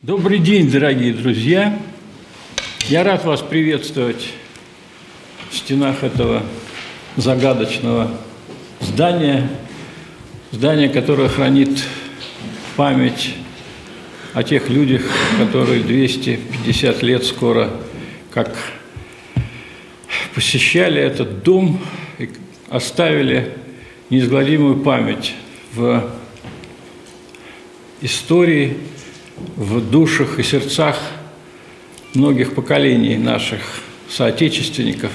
Добрый день, дорогие друзья! Я рад вас приветствовать в стенах этого загадочного здания, которое хранит память о тех людях, которые 250 лет скоро как посещали этот дом и оставили неизгладимую память в истории, в душах и сердцах многих поколений наших соотечественников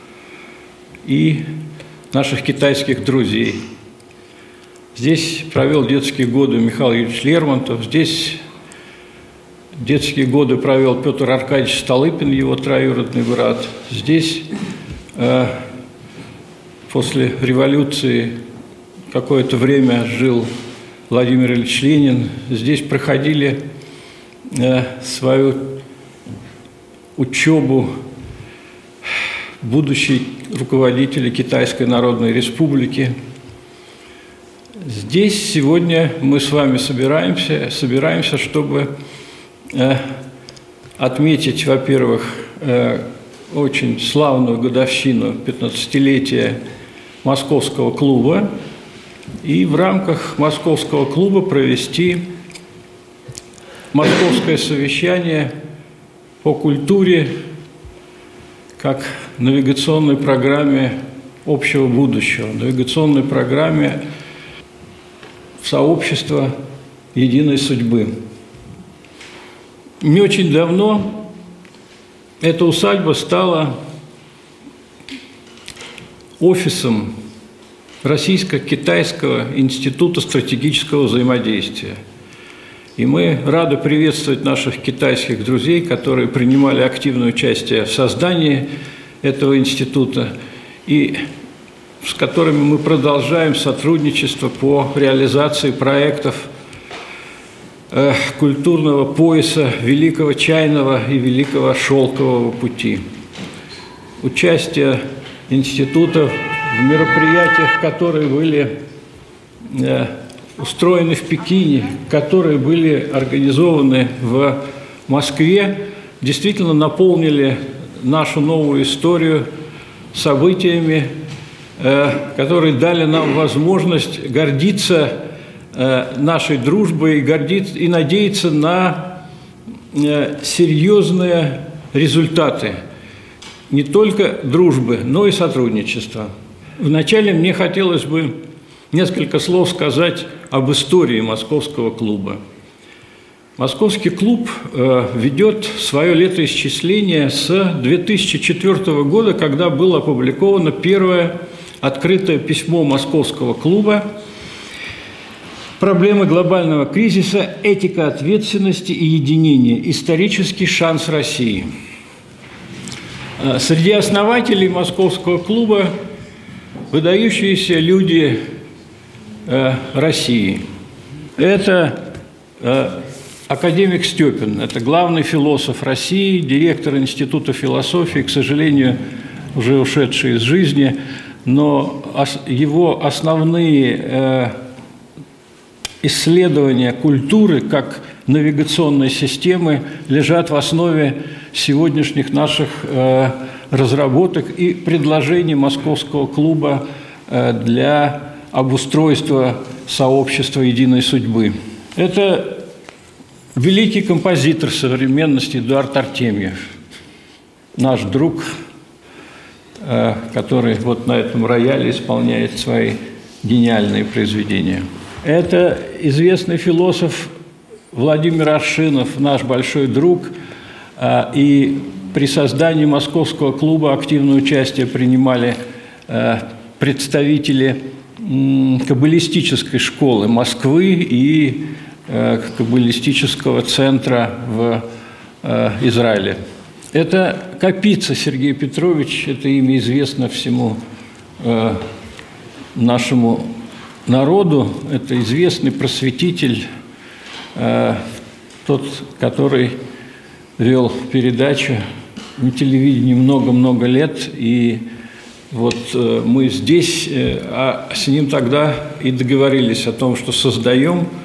и наших китайских друзей. Здесь провел детские годы Михаил Юрьевич Лермонтов, здесь детские годы провел Петр Аркадьевич Столыпин, его троюродный брат. Здесь после революции какое-то время жил Владимир Ильич Ленин. Здесь проходили свою учебу будущие руководители Китайской Народной Республики. Здесь сегодня мы с вами собираемся, чтобы отметить, во-первых, очень славную годовщину 15-летия Московского клуба и в рамках Московского клуба провести Московское совещание по культуре как навигационной программе общего будущего, навигационной программе сообщества единой судьбы. Не очень давно эта усадьба стала офисом Российско-Китайского института стратегического взаимодействия. И мы рады приветствовать наших китайских друзей, которые принимали активное участие в создании этого института и с которыми мы продолжаем сотрудничество по реализации проектов культурного пояса Великого Чайного и Великого Шелкового пути. Участие института в мероприятиях, которые были устроены в Пекине, которые были организованы в Москве, действительно наполнили нашу новую историю событиями, которые дали нам возможность гордиться нашей дружбой и надеяться на серьезные результаты не только дружбы, но и сотрудничества. Вначале мне хотелось бы несколько слов сказать об истории Московского клуба. Московский клуб ведет свое летоисчисление с 2004 года, когда было опубликовано первое открытое письмо Московского клуба «Проблемы глобального кризиса, этика ответственности и единения. Исторический шанс России». Среди основателей Московского клуба выдающиеся люди России. Это академик Степин, это главный философ России, директор Института философии, к сожалению, уже ушедший из жизни, но его основные исследования культуры как навигационной системы лежат в основе сегодняшних наших разработок и предложений Московского клуба для обустройства сообщества единой судьбы. Это великий композитор современности Эдуард Артемьев, наш друг, который вот на этом рояле исполняет свои гениальные произведения. Это известный философ Владимир Аршинов, наш большой друг, и при создании Московского клуба активное участие принимали представители каббалистической школы Москвы и каббалистического центра в Израиле. Это Капица Сергей Петрович, это имя известно всему нашему народу, это известный просветитель, тот, который вел передачу на телевидении много-много лет, и вот мы здесь с ним тогда и договорились о том, что создаем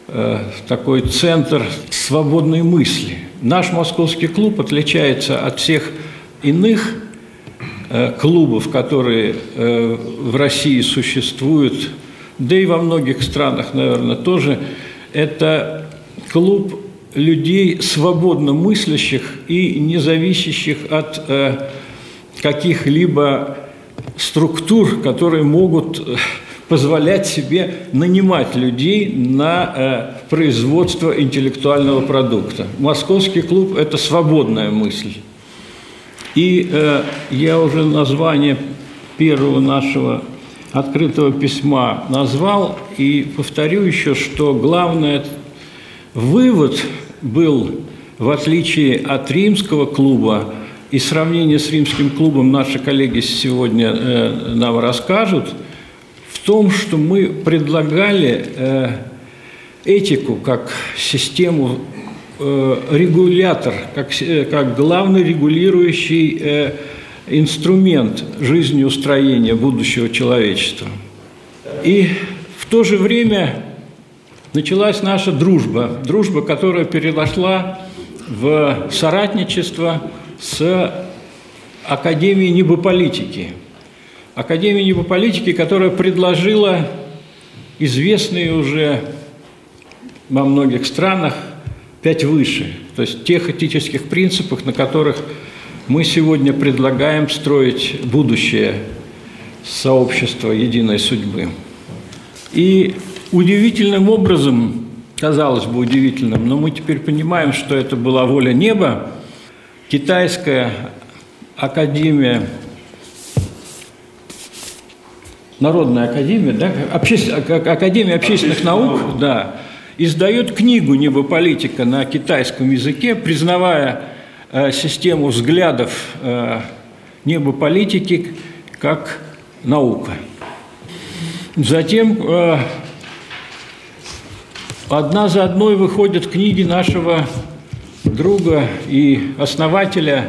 такой центр свободной мысли. Наш московский клуб отличается от всех иных клубов, которые в России существуют, да и во многих странах, наверное, тоже. Это клуб людей, свободно мыслящих и не зависящих от каких-либо структур, которые могут позволять себе нанимать людей на производство интеллектуального продукта. Московский клуб – это свободная мысль. И я уже название первого нашего открытого письма назвал, и повторю еще, что главный вывод был, в отличие от римского клуба, и сравнение с римским клубом наши коллеги сегодня нам расскажут, в том, что мы предлагали этику как систему, регулятор, как главный регулирующий инструмент жизнеустроения будущего человечества. И в то же время началась наша дружба, которая переросла в соратничество с Академией небополитики. Академия небополитики, которая предложила известные уже во многих странах 5 выше, то есть тех этических принципах, на которых мы сегодня предлагаем строить будущее сообщества единой судьбы. И удивительным образом, казалось бы, удивительным, но мы теперь понимаем, что это была воля неба, Китайская академия, Народная академия, да, Академия общественных наук, да, издает книгу «Небополитика» на китайском языке, признавая систему взглядов небополитики как наука. Затем одна за одной выходят книги нашего друга и основателя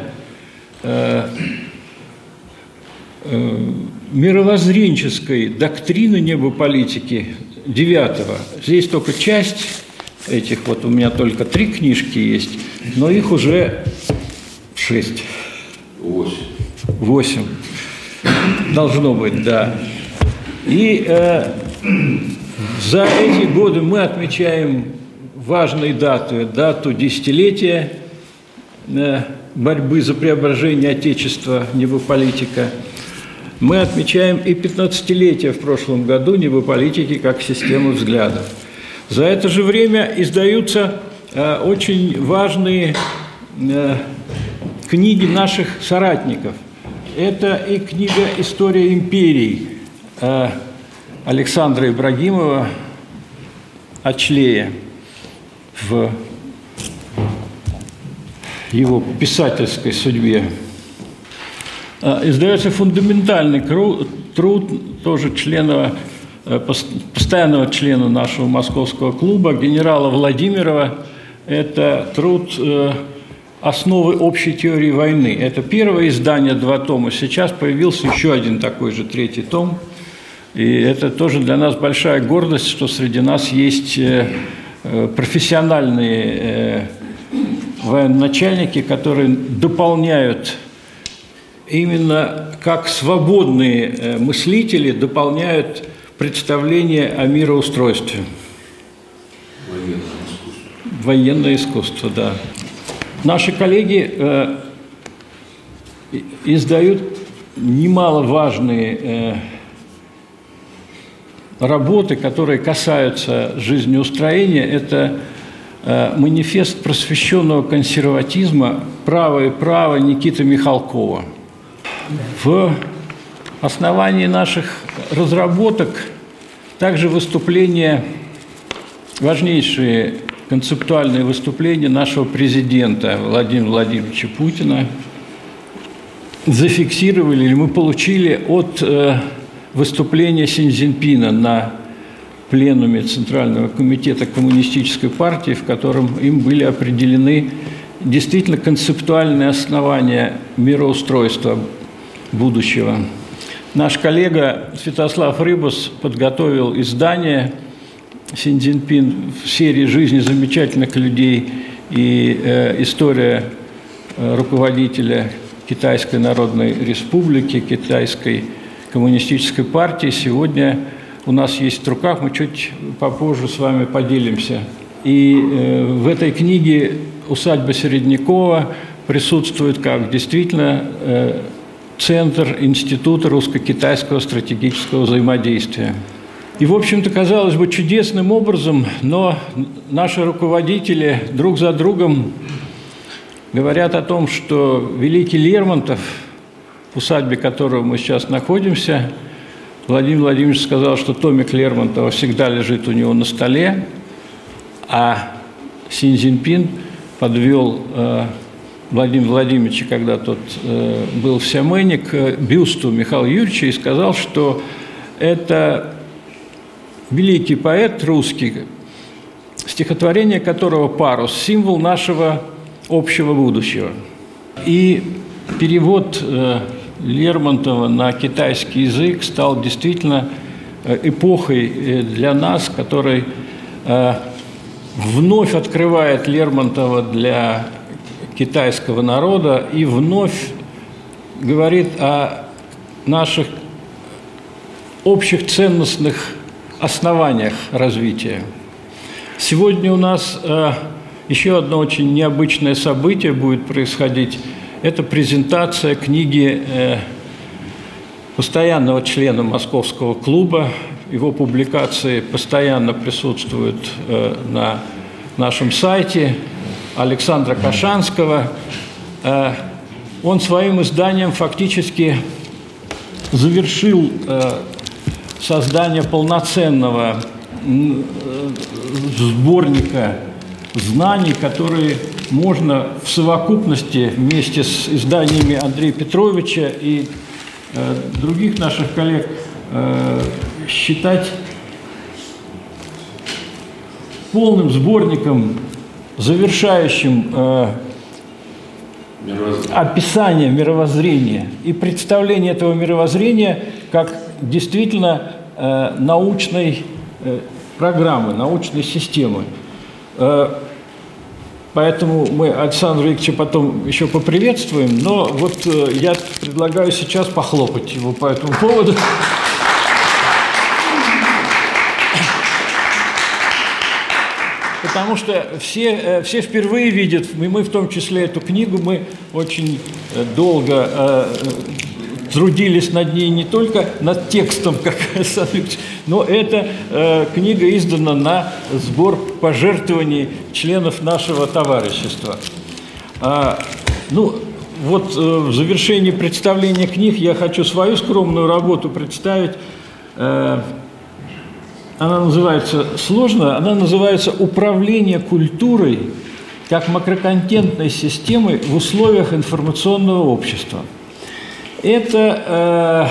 мировоззренческой доктрины небополитики Девятого. Здесь только часть этих, вот у меня только 3 книжки есть, но их уже 6. 8. Должно быть, да. И за эти годы мы отмечаем важные даты. Дату десятилетия борьбы за преображение Отечества, небополитика. Мы отмечаем и 15-летие в прошлом году небополитики как системы взглядов. За это же время издаются очень важные книги наших соратников. Это и книга «История империй» Александра Ибрагимова Ачлея в его писательской судьбе. Издается фундаментальный труд тоже постоянного члена нашего московского клуба, генерала Владимирова. Это труд «Основы общей теории войны». Это первое издание, 2 тома. Сейчас появился еще один такой же 3-й том. И это тоже для нас большая гордость, что среди нас есть профессиональные военачальники, которые дополняют, именно как свободные мыслители, дополняют представление о мироустройстве. Военное искусство, да. Наши коллеги издают немаловажные работы, которые касаются жизнеустроения. Это манифест просвещенного консерватизма «Право и право» Никиты Михалкова. В основании наших разработок также выступления, важнейшие концептуальные выступления нашего президента Владимира Владимировича Путина. Зафиксировали, или мы получили от выступления Си Цзиньпина на пленуме Центрального комитета Коммунистической партии, в котором им были определены действительно концептуальные основания мироустройства будущего. Наш коллега Святослав Рыбус подготовил издание Си Цзиньпин в серии «Жизни замечательных людей» и история руководителя Китайской Народной Республики, Китайской коммунистической партии сегодня у нас есть в руках, мы чуть попозже с вами поделимся. И в этой книге «Усадьба Середнякова» присутствует как действительно центр Института русско-китайского стратегического взаимодействия. И, в общем-то, казалось бы, чудесным образом, но наши руководители друг за другом говорят о том, что великий Лермонтов, в усадьбе которого мы сейчас находимся, Владимир Владимирович сказал, что томик Лермонтова всегда лежит у него на столе, а Си Цзиньпин подвел Владимира Владимировича, когда тот был в Сямэне, к бюсту Михаила Юрьевича и сказал, что это великий поэт русский, стихотворение которого «Парус» – символ нашего общего будущего. И перевод Лермонтова на китайский язык стал действительно эпохой для нас, который вновь открывает Лермонтова для китайского народа и вновь говорит о наших общих ценностных основаниях развития. Сегодня у нас еще одно очень необычное событие будет происходить. Это презентация книги постоянного члена Московского клуба. Его публикации постоянно присутствуют на нашем сайте, Александра Кашанского. Он своим изданием фактически завершил создание полноценного сборника знаний, которые можно в совокупности вместе с изданиями Андрея Петровича и других наших коллег считать полным сборником, завершающим описание мировоззрения и представление этого мировоззрения как действительно научной программы, научной системы. Поэтому мы Александра Викторовича потом еще поприветствуем, но вот я предлагаю сейчас похлопать его по этому поводу. Потому что все впервые видят, и мы в том числе эту книгу, мы очень долго трудились над ней не только над текстом, как Александр Викторович, но эта книга издана на сбор пожертвований членов нашего товарищества. В завершении представления книг я хочу свою скромную работу представить. Она называется сложно, она называется «Управление культурой как макроконтентной системой в условиях информационного общества». Это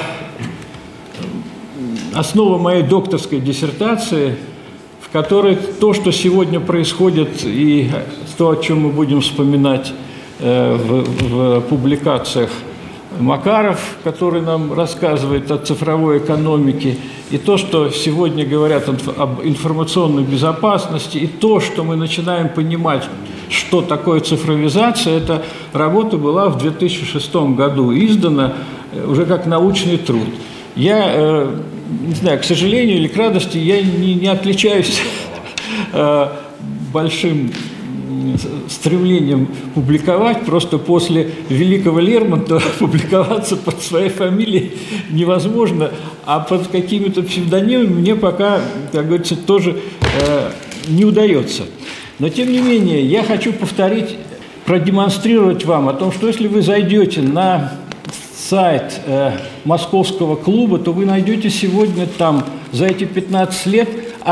основа моей докторской диссертации, в которой то, что сегодня происходит, и то, о чем мы будем вспоминать в публикациях Макаров, который нам рассказывает о цифровой экономике, и то, что сегодня говорят об информационной безопасности, и то, что мы начинаем понимать, что такое цифровизация, эта работа была в 2006 году издана уже как научный труд. Я, не знаю, к сожалению или к радости, я не отличаюсь большим стремлением публиковать, просто после великого Лермонтова публиковаться под своей фамилией невозможно, а под какими-то псевдонимами мне пока, как говорится, тоже не удается. Но, тем не менее, я хочу повторить, продемонстрировать вам о том, что если вы зайдете на сайт Московского клуба, то вы найдете сегодня там за эти 15 лет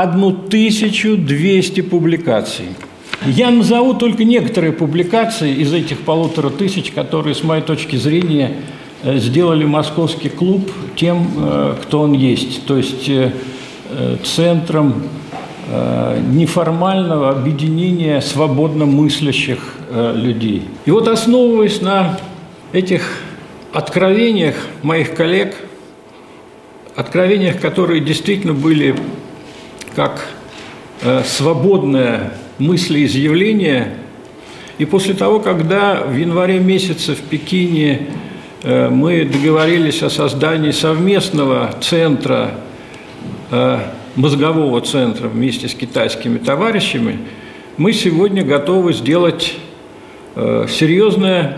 1200 публикаций. Я назову только некоторые публикации из этих 1500, которые, с моей точки зрения, сделали Московский клуб тем, кто он есть, то есть центром неформального объединения свободно мыслящих людей. И вот, основываясь на этих откровениях моих коллег, откровениях, которые действительно были как свободное мыслеизъявление. И после того, когда в январе месяце в Пекине мы договорились о создании совместного центра, мозгового центра вместе с китайскими товарищами, мы сегодня готовы сделать серьезный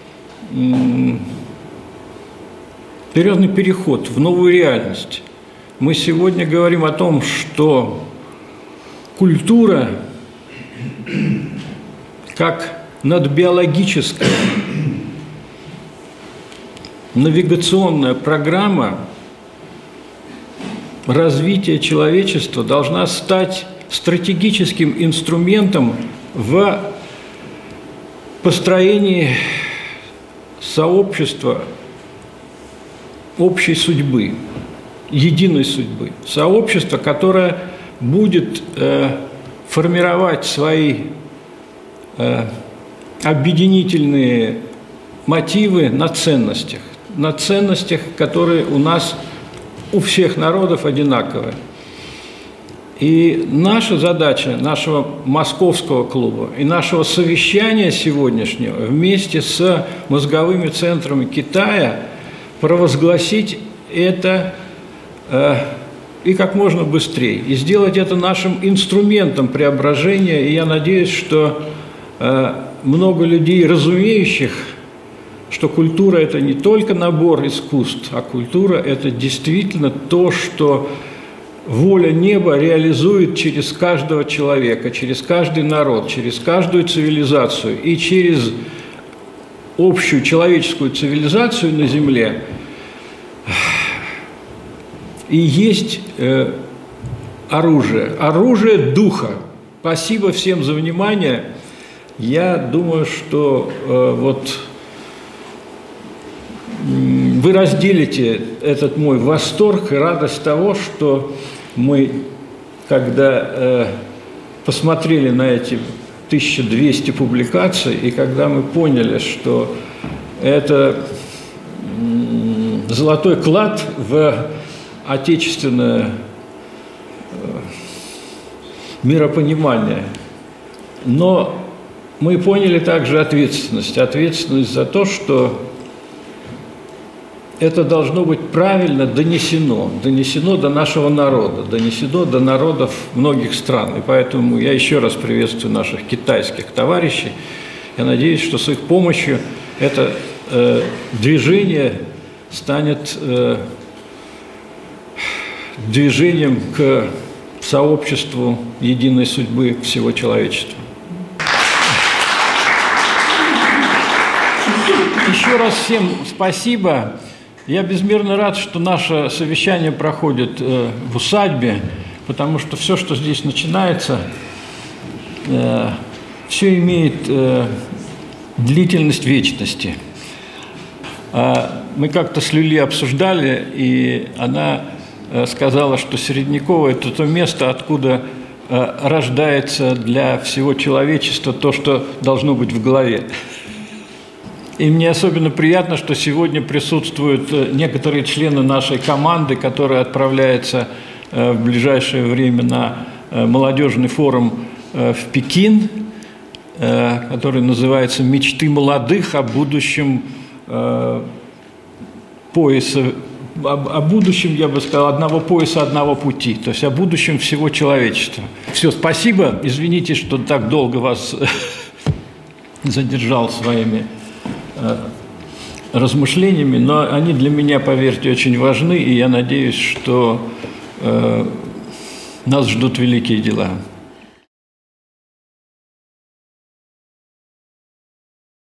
переход в новую реальность. Мы сегодня говорим о том, что культура как надбиологическая навигационная программа развития человечества должна стать стратегическим инструментом в построении сообщества общей судьбы, единой судьбы. Сообщество, которое будет формировать свои объединительные мотивы на ценностях, которые у нас, у всех народов одинаковые. И наша задача, нашего московского клуба и нашего совещания сегодняшнего вместе с мозговыми центрами Китая провозгласить это и как можно быстрее, и сделать это нашим инструментом преображения. И я надеюсь, что много людей, разумеющих, что культура – это не только набор искусств, а культура – это действительно то, что воля неба реализует через каждого человека, через каждый народ, через каждую цивилизацию и через общую человеческую цивилизацию на Земле. И есть оружие духа. Спасибо всем за внимание. Я думаю, что вы разделите этот мой восторг и радость того, что мы, когда посмотрели на эти 1200 публикаций, и когда мы поняли, что это золотой клад в отечественное миропонимание, но мы поняли также ответственность за то, что это должно быть правильно донесено до нашего народа, донесено до народов многих стран. И поэтому я еще раз приветствую наших китайских товарищей. Я надеюсь, что с их помощью это движение станет движением к сообществу единой судьбы всего человечества. Еще раз всем спасибо. Я безмерно рад, что наше совещание проходит в усадьбе, потому что все, что здесь начинается, все имеет длительность вечности. Мы как-то с Люли обсуждали, и она сказала, что Середняково – это то место, откуда рождается для всего человечества то, что должно быть в голове. И мне особенно приятно, что сегодня присутствуют некоторые члены нашей команды, которые отправляются в ближайшее время на молодежный форум в Пекин, который называется «Мечты молодых о будущем пояса», о будущем, я бы сказал, одного пояса, одного пути, то есть о будущем всего человечества. Все, спасибо. Извините, что так долго вас задержал своими размышлениями, но они для меня, поверьте, очень важны, и я надеюсь, что нас ждут великие дела.